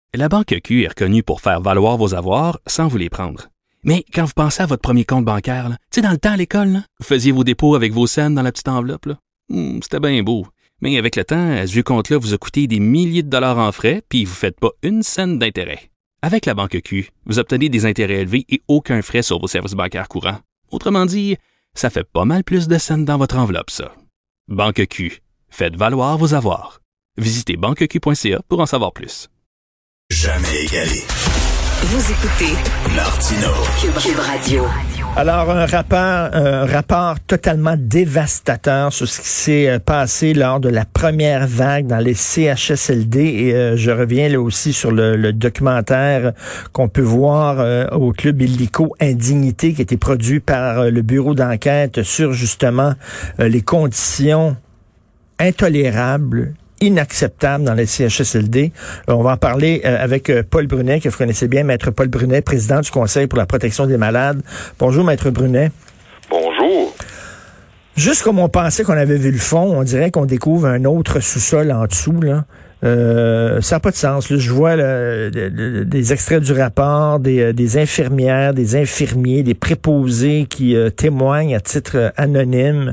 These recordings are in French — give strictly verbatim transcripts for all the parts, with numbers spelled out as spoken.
La Banque Q est reconnue pour faire valoir vos avoirs sans vous les prendre. Mais quand vous pensez à votre premier compte bancaire, tu sais, dans le temps à l'école, là, vous faisiez vos dépôts avec vos scènes dans la petite enveloppe. Là. Hum, c'était bien beau. Mais avec le temps, ce vieux compte-là vous a coûté des milliers de dollars en frais, puis vous ne faites pas une scène d'intérêt. Avec la Banque Q, vous obtenez des intérêts élevés et aucun frais sur vos services bancaires courants. Autrement dit, ça fait pas mal plus de scènes dans votre enveloppe, ça. Banque Q. Faites valoir vos avoirs. Visitez banque q point c a pour en savoir plus. Jamais égalé. Vous écoutez Martino. Cube, Cube Radio. Alors, un rapport, un rapport totalement dévastateur sur ce qui s'est passé lors de la première vague dans les C H S L D. Et euh, je reviens là aussi sur le, le documentaire qu'on peut voir euh, au Club Illico Indignité, qui a été produit par euh, le bureau d'enquête sur justement euh, les conditions intolérables, inacceptable dans les C H S L D. Euh, on va en parler euh, avec euh, Paul Brunet, que vous connaissez bien, Maître Paul Brunet, président du Conseil pour la protection des malades. Bonjour, Maître Brunet. Bonjour. Juste comme on pensait qu'on avait vu le fond, on dirait qu'on découvre un autre sous-sol en dessous, là. Euh, ça n'a pas de sens. Là. Je vois là, de, de, des extraits du rapport, des, des infirmières, des infirmiers, des préposés qui euh, témoignent à titre euh, anonyme.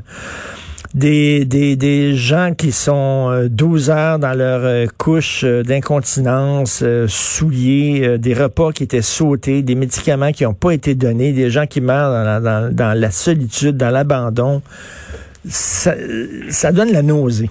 Des, des, des gens qui sont euh, douze heures dans leur euh, couche euh, d'incontinence, euh, souillés, euh, des repas qui étaient sautés, des médicaments qui n'ont pas été donnés, des gens qui meurent dans la, dans, dans la solitude, dans l'abandon. Ça, ça donne la nausée.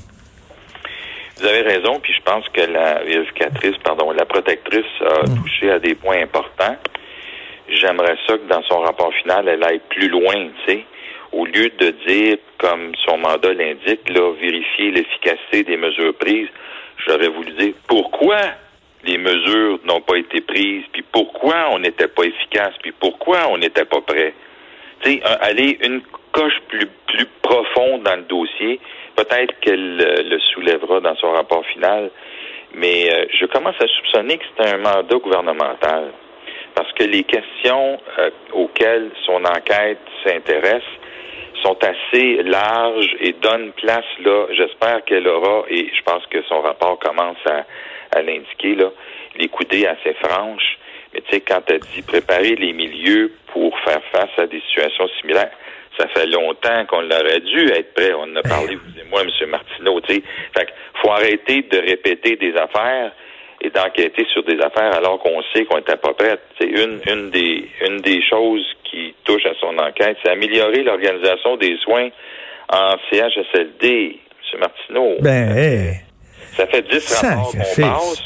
Vous avez raison, puis je pense que la vérificatrice, pardon, la protectrice a mmh. touché à des points importants. J'aimerais ça que dans son rapport final, elle aille plus loin, tu sais. Au lieu de dire, comme son mandat l'indique, là, vérifier l'efficacité des mesures prises, j'aurais voulu dire pourquoi les mesures n'ont pas été prises, puis pourquoi on n'était pas efficace, puis pourquoi on n'était pas prêt. Tu sais, aller une coche plus plus profonde dans le dossier, peut-être qu'elle euh, le soulèvera dans son rapport final, mais euh, je commence à soupçonner que c'est un mandat gouvernemental, parce que les questions euh, auxquelles son enquête s'intéresse sont assez larges et donnent place, là, j'espère qu'elle aura, et je pense que son rapport commence à, à l'indiquer, là, les coudées assez franches. Mais tu sais, quand elle dit préparer les milieux pour faire face à des situations similaires, ça fait longtemps qu'on l'aurait dû être prêt. On en a parlé, vous et moi, M. Martineau, tu sais. Fait qu'il faut arrêter de répéter des affaires et d'enquêter sur des affaires alors qu'on sait qu'on n'était pas prêt. C'est une, une des, une des choses qui touche à son enquête, c'est améliorer l'organisation des soins en C H S L D, M. Martineau. Ben, hey. Ça fait dix rapports qu'on passe.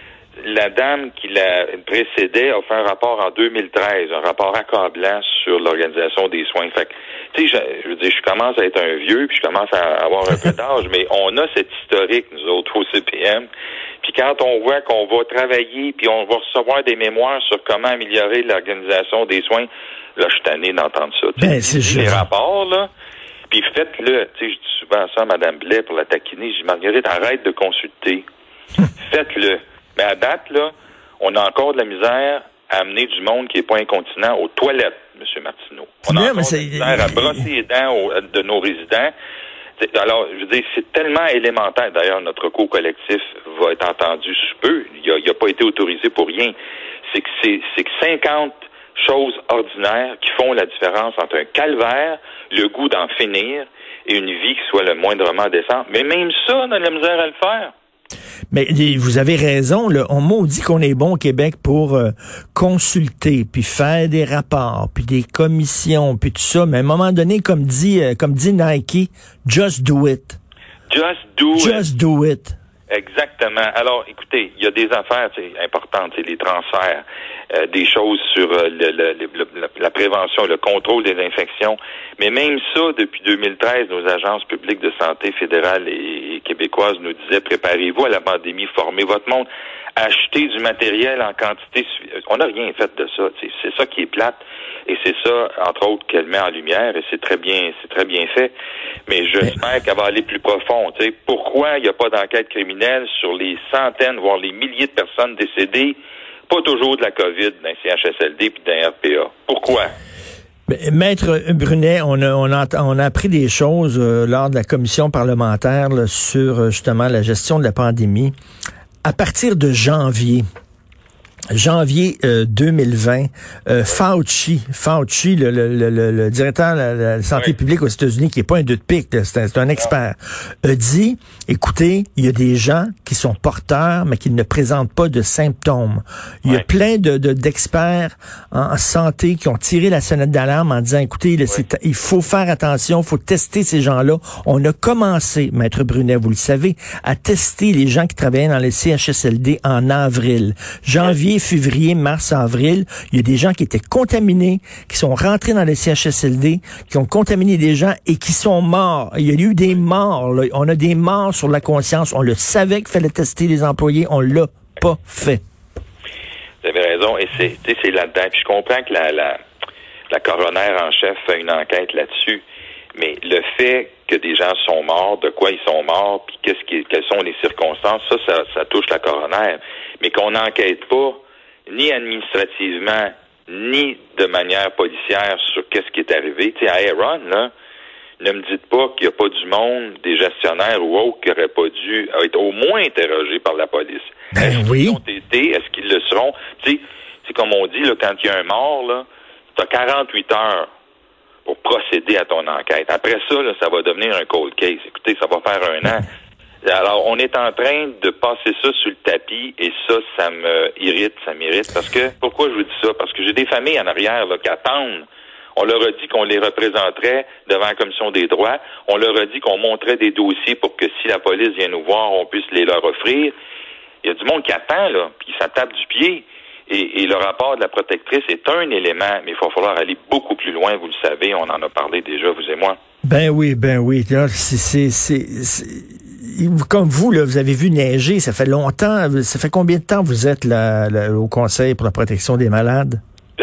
La dame qui la précédait a fait un rapport en deux mille treize, un rapport accablant sur l'organisation des soins. Fait que, tu sais, je, je veux dire, je commence à être un vieux, puis je commence à avoir un peu d'âge, mais on a cet historique, nous autres, au C P M. Puis quand on voit qu'on va travailler, puis on va recevoir des mémoires sur comment améliorer l'organisation des soins, là, je suis tanné d'entendre ça. Ben, c'est juste. Les rapports, là, puis faites-le. Tu sais, je dis souvent ça à Mme Blais pour la taquiner. Je dis, Marguerite, arrête de consulter. Faites-le. Mais à date, là, on a encore de la misère à amener du monde qui n'est pas incontinent aux toilettes, M. Martineau. On a bien, encore de la misère à brosser les dents aux, de nos résidents. Alors, je veux dire, c'est tellement élémentaire. D'ailleurs, notre recours collectif va être entendu sous peu. Il n'a pas été autorisé pour rien. C'est que c'est, c'est que cinquante choses ordinaires qui font la différence entre un calvaire, le goût d'en finir, et une vie qui soit le moindrement décente. Mais même ça, on a de la misère à le faire. Mais vous avez raison, là. On maudit qu'on est bon au Québec pour euh, consulter, puis faire des rapports, puis des commissions, puis tout ça. Mais à un moment donné, comme dit, euh, comme dit Nike, just do it. Just do just it. Just do it. Exactement. Alors, écoutez, il y a des affaires importantes, c'est les transferts, euh, des choses sur euh, le, le, le, le, la prévention, le contrôle des infections. Mais même ça, depuis deux mille treize, nos agences publiques de santé fédérales et, et québécoises nous disaient, préparez-vous à la pandémie, formez votre monde, achetez du matériel en quantité suffisante. On n'a rien fait de ça. T'sais. C'est ça qui est plate. Et c'est ça, entre autres, qu'elle met en lumière, et c'est très bien, c'est très bien fait. Mais j'espère qu'elle va aller plus profond. Tu sais, pourquoi il n'y a pas d'enquête criminelle sur les centaines, voire les milliers de personnes décédées, pas toujours de la COVID, d'un C H S L D puis d'un R P A? Pourquoi? Maître Brunet, on a, on a, on a appris des choses euh, lors de la commission parlementaire là, sur euh, justement la gestion de la pandémie. À partir de janvier, janvier euh, deux mille vingt, euh, Fauci, Fauci, le, le, le, le, le directeur de la, la santé oui. publique aux États-Unis, qui est pas un deux de pique, c'est un, c'est un expert, a dit, écoutez, il y a des gens qui sont porteurs, mais qui ne présentent pas de symptômes. Il y a oui. plein de, de d'experts en, en santé qui ont tiré la sonnette d'alarme en disant, écoutez, là, oui. c'est, il faut faire attention, il faut tester ces gens-là. On a commencé, Maître Brunet, vous le savez, à tester les gens qui travaillaient dans les C H S L D en avril. Janvier, oui. février, mars, avril, il y a des gens qui étaient contaminés, qui sont rentrés dans les C H S L D, qui ont contaminé des gens et qui sont morts. Il y a eu des morts, là. On a des morts sur la conscience. On le savait qu'il fallait tester les employés. On l'a pas fait. Vous avez raison. Et c'est, tu sais, c'est là-dedans. Puis je comprends que la, la, la coroner en chef fait une enquête là-dessus. Mais le fait que des gens sont morts, de quoi ils sont morts, puis qu'est-ce qui, quelles sont les circonstances, ça, ça, ça touche la coroner. Mais qu'on n'enquête pas, ni administrativement, ni de manière policière sur qu'est-ce qui est arrivé. Tu sais, à Aaron, là, ne me dites pas qu'il n'y a pas du monde, des gestionnaires ou autres, qui n'auraient pas dû être au moins interrogés par la police. Ben est-ce oui. qu'ils ont été? Est-ce qu'ils le seront? Tu sais, c'est comme on dit, là, quand il y a un mort, là, tu as quarante-huit heures pour procéder à ton enquête. Après ça, là, ça va devenir un cold case. Écoutez, ça va faire un an. Alors, on est en train de passer ça sur le tapis et ça, ça me irrite, ça m'irrite. Parce que, pourquoi je vous dis ça? Parce que j'ai des familles en arrière là, qui attendent. On leur a dit qu'on les représenterait devant la Commission des droits. On leur a dit qu'on montrait des dossiers pour que si la police vient nous voir, on puisse les leur offrir. Il y a du monde qui attend, là, puis ça tape du pied. Et, et le rapport de la protectrice est un élément, mais il va falloir aller beaucoup plus loin, vous le savez, on en a parlé déjà, vous et moi. Ben oui, ben oui. Là, c'est, c'est, c'est, c'est... Comme vous, là, vous avez vu neiger, ça fait longtemps. Ça fait combien de temps vous êtes là, là, au Conseil pour la protection des malades?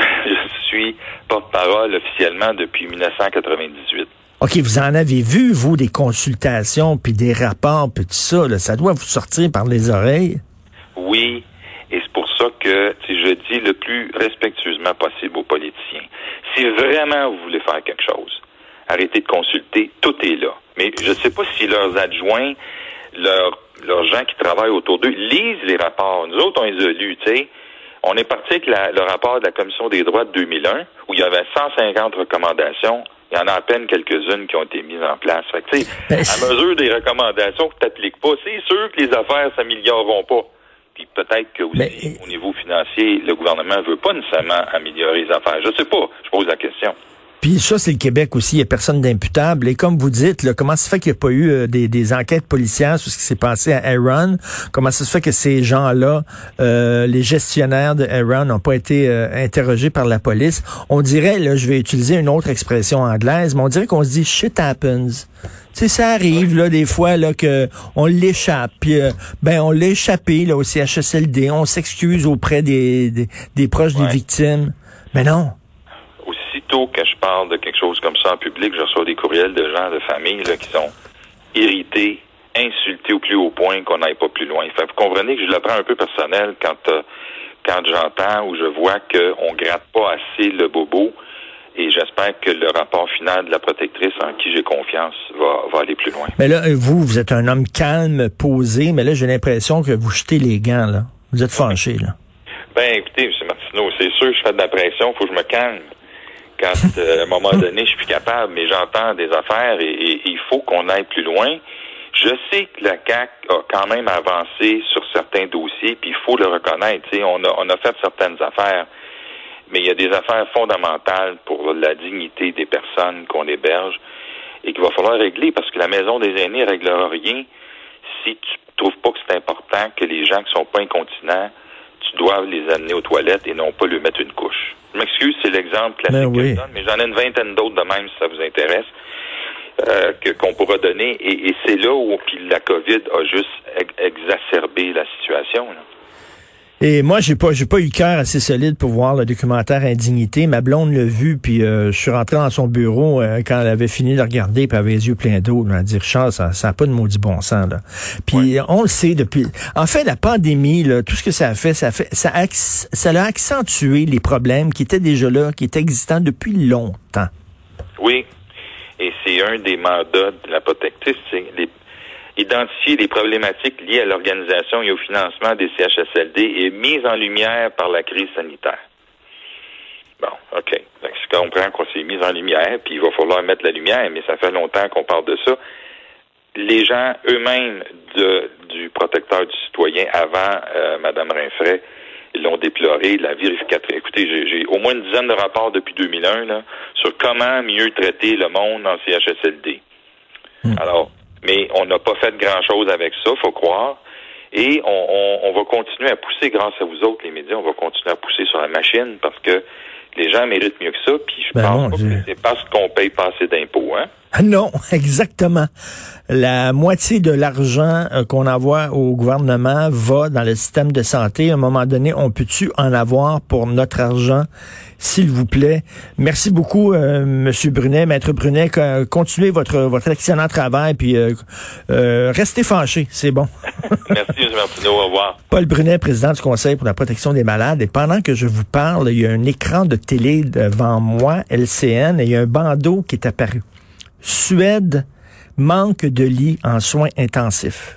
Je suis porte-parole officiellement depuis dix-neuf cent quatre-vingt-dix-huit. OK, vous en avez vu, vous, des consultations, puis des rapports, puis tout ça. Là, ça doit vous sortir par les oreilles. Oui. Et c'est pour ça que si je dis le plus respectueusement possible aux politiciens, si vraiment vous voulez faire quelque chose, arrêtez de consulter, tout est là. Mais je ne sais pas si leurs adjoints, leurs, leurs gens qui travaillent autour d'eux, lisent les rapports. Nous autres, on les a lus, tu sais. On est parti avec la, le rapport de la Commission des droits de deux mille un, où il y avait cent cinquante recommandations. Il y en a à peine quelques-unes qui ont été mises en place. Fait que, tu sais, à mesure des recommandations que tu n'appliques pas, c'est sûr que les affaires s'amélioreront pas. Puis peut-être que aussi, mais, au niveau financier, le gouvernement ne veut pas nécessairement améliorer les affaires. Je sais pas. Je pose la question. Puis ça, c'est le Québec aussi. Il n'y a personne d'imputable. Et comme vous dites, là, comment ça se fait qu'il n'y a pas eu euh, des, des enquêtes policières sur ce qui s'est passé à Aaron? Comment ça se fait que ces gens-là, euh, les gestionnaires de Aaron, n'ont pas été euh, interrogés par la police? On dirait, là, je vais utiliser une autre expression anglaise, mais on dirait qu'on se dit « shit happens ». Tu sais, ça arrive, là, des fois, là, que on l'échappe. Puis, euh, ben, on l'a échappé, là, au C H S L D. On s'excuse auprès des, des, des proches ouais. des victimes. Mais non. Aussitôt que je parle de quelque chose comme ça en public, je reçois des courriels de gens, de familles, là, qui sont irrités, insultés au plus haut point qu'on n'aille pas plus loin. Fait, vous comprenez que je le prends un peu personnel quand, euh, quand j'entends ou je vois qu'on gratte pas assez le bobo. Et j'espère que le rapport final de la protectrice, en qui j'ai confiance, va, va aller plus loin. Mais là, vous, vous êtes un homme calme, posé, mais là, j'ai l'impression que vous jetez les gants, là. Vous êtes fâché, là. Ben, écoutez, M. Martineau, c'est sûr que je fais de la pression, il faut que je me calme. Quand, euh, à un moment donné, je suis plus capable, mais j'entends des affaires et, et, et il faut qu'on aille plus loin. Je sais que la C A Q a quand même avancé sur certains dossiers, puis il faut le reconnaître. Tu sais, on a, on a fait certaines affaires. Mais il y a des affaires fondamentales pour la dignité des personnes qu'on héberge et qu'il va falloir régler parce que la maison des aînés ne réglera rien si tu trouves pas que c'est important que les gens qui sont pas incontinents, tu dois les amener aux toilettes et non pas lui mettre une couche. Je m'excuse, c'est l'exemple classique ben oui. que je donne, mais j'en ai une vingtaine d'autres de même si ça vous intéresse, euh, que, qu'on pourra donner. Et, et c'est là où puis la COVID a juste ex- exacerbé la situation, là. Et moi, j'ai pas, j'ai pas eu le cœur assez solide pour voir le documentaire Indignité. Ma blonde l'a vu, puis euh, je suis rentré dans son bureau euh, quand elle avait fini de le regarder, puis elle avait les yeux pleins d'eau. Elle a dit, Richard, ça n'a pas de maudit bon sens, là. Puis ouais. on le sait depuis... En fait, la pandémie, là, tout ce que ça a fait, ça a fait, ça a, ça a accentué les problèmes qui étaient déjà là, qui étaient existants depuis longtemps. Oui, et c'est un des mandats de la protectrice, c'est les identifier les problématiques liées à l'organisation et au financement des C H S L D et mises en lumière par la crise sanitaire. Bon, OK. Donc, je comprends qu'on s'est mis en lumière, puis il va falloir mettre la lumière, mais ça fait longtemps qu'on parle de ça. Les gens eux-mêmes de, du protecteur du citoyen avant euh, Mme Rinfret, ils l'ont déploré, la vérificatrice. Écoutez, j'ai, j'ai au moins une dizaine de rapports depuis deux mille un là, sur comment mieux traiter le monde en C H S L D. Mmh. Alors, mais on n'a pas fait grand-chose avec ça, faut croire. Et on, on, on va continuer à pousser, grâce à vous autres, les médias, on va continuer à pousser sur la machine parce que les gens méritent mieux que ça. Puis je ben pense non, pas je... que c'est parce qu'on paye pas assez d'impôts, hein? Non, exactement. La moitié de l'argent euh, qu'on envoie au gouvernement va dans le système de santé. À un moment donné, on peut-tu en avoir pour notre argent, s'il vous plaît? Merci beaucoup, euh, Monsieur Brunet, Maître Brunet. Continuez votre votre excellent travail, puis euh, euh, restez fâchés, c'est bon. Merci, M. Martineau. Au revoir. Paul Brunet, président du Conseil pour la protection des malades. Et pendant que je vous parle, il y a un écran de télé devant moi, L C N, et il y a un bandeau qui est apparu. Suède manque de lits en soins intensifs.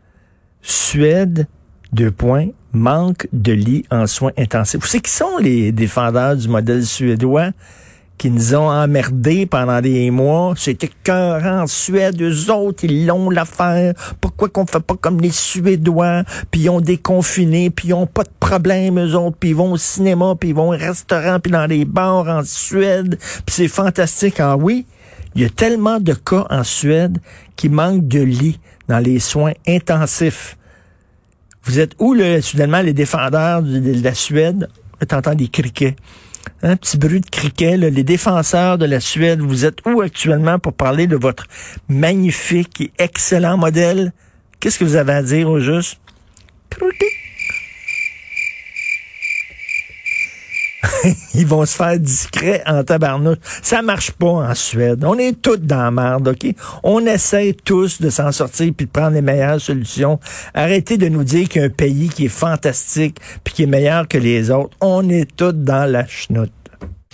Suède, deux points, manque de lits en soins intensifs. Vous savez qui sont les défendeurs du modèle suédois qui nous ont emmerdés pendant des mois? C'était écœurant en Suède, eux autres, ils l'ont l'affaire. Pourquoi qu'on fait pas comme les Suédois, puis ils ont déconfiné, puis ils ont pas de problème, eux autres, puis ils vont au cinéma, puis ils vont au restaurant, puis dans les bars en Suède, puis c'est fantastique. Ah oui? Il y a tellement de cas en Suède qui manquent de lits dans les soins intensifs. Vous êtes où, là, soudainement, les défendeurs de, de la Suède? T'entends des criquets. Un petit bruit de criquets, là. Les défenseurs de la Suède, vous êtes où actuellement pour parler de votre magnifique et excellent modèle? Qu'est-ce que vous avez à dire au juste? Ils vont se faire discret en tabarnouche. Ça marche pas en Suède. On est tous dans la merde, OK? On essaie tous de s'en sortir puis de prendre les meilleures solutions. Arrêtez de nous dire qu'il y a un pays qui est fantastique puis qui est meilleur que les autres. On est tous dans la chenoute.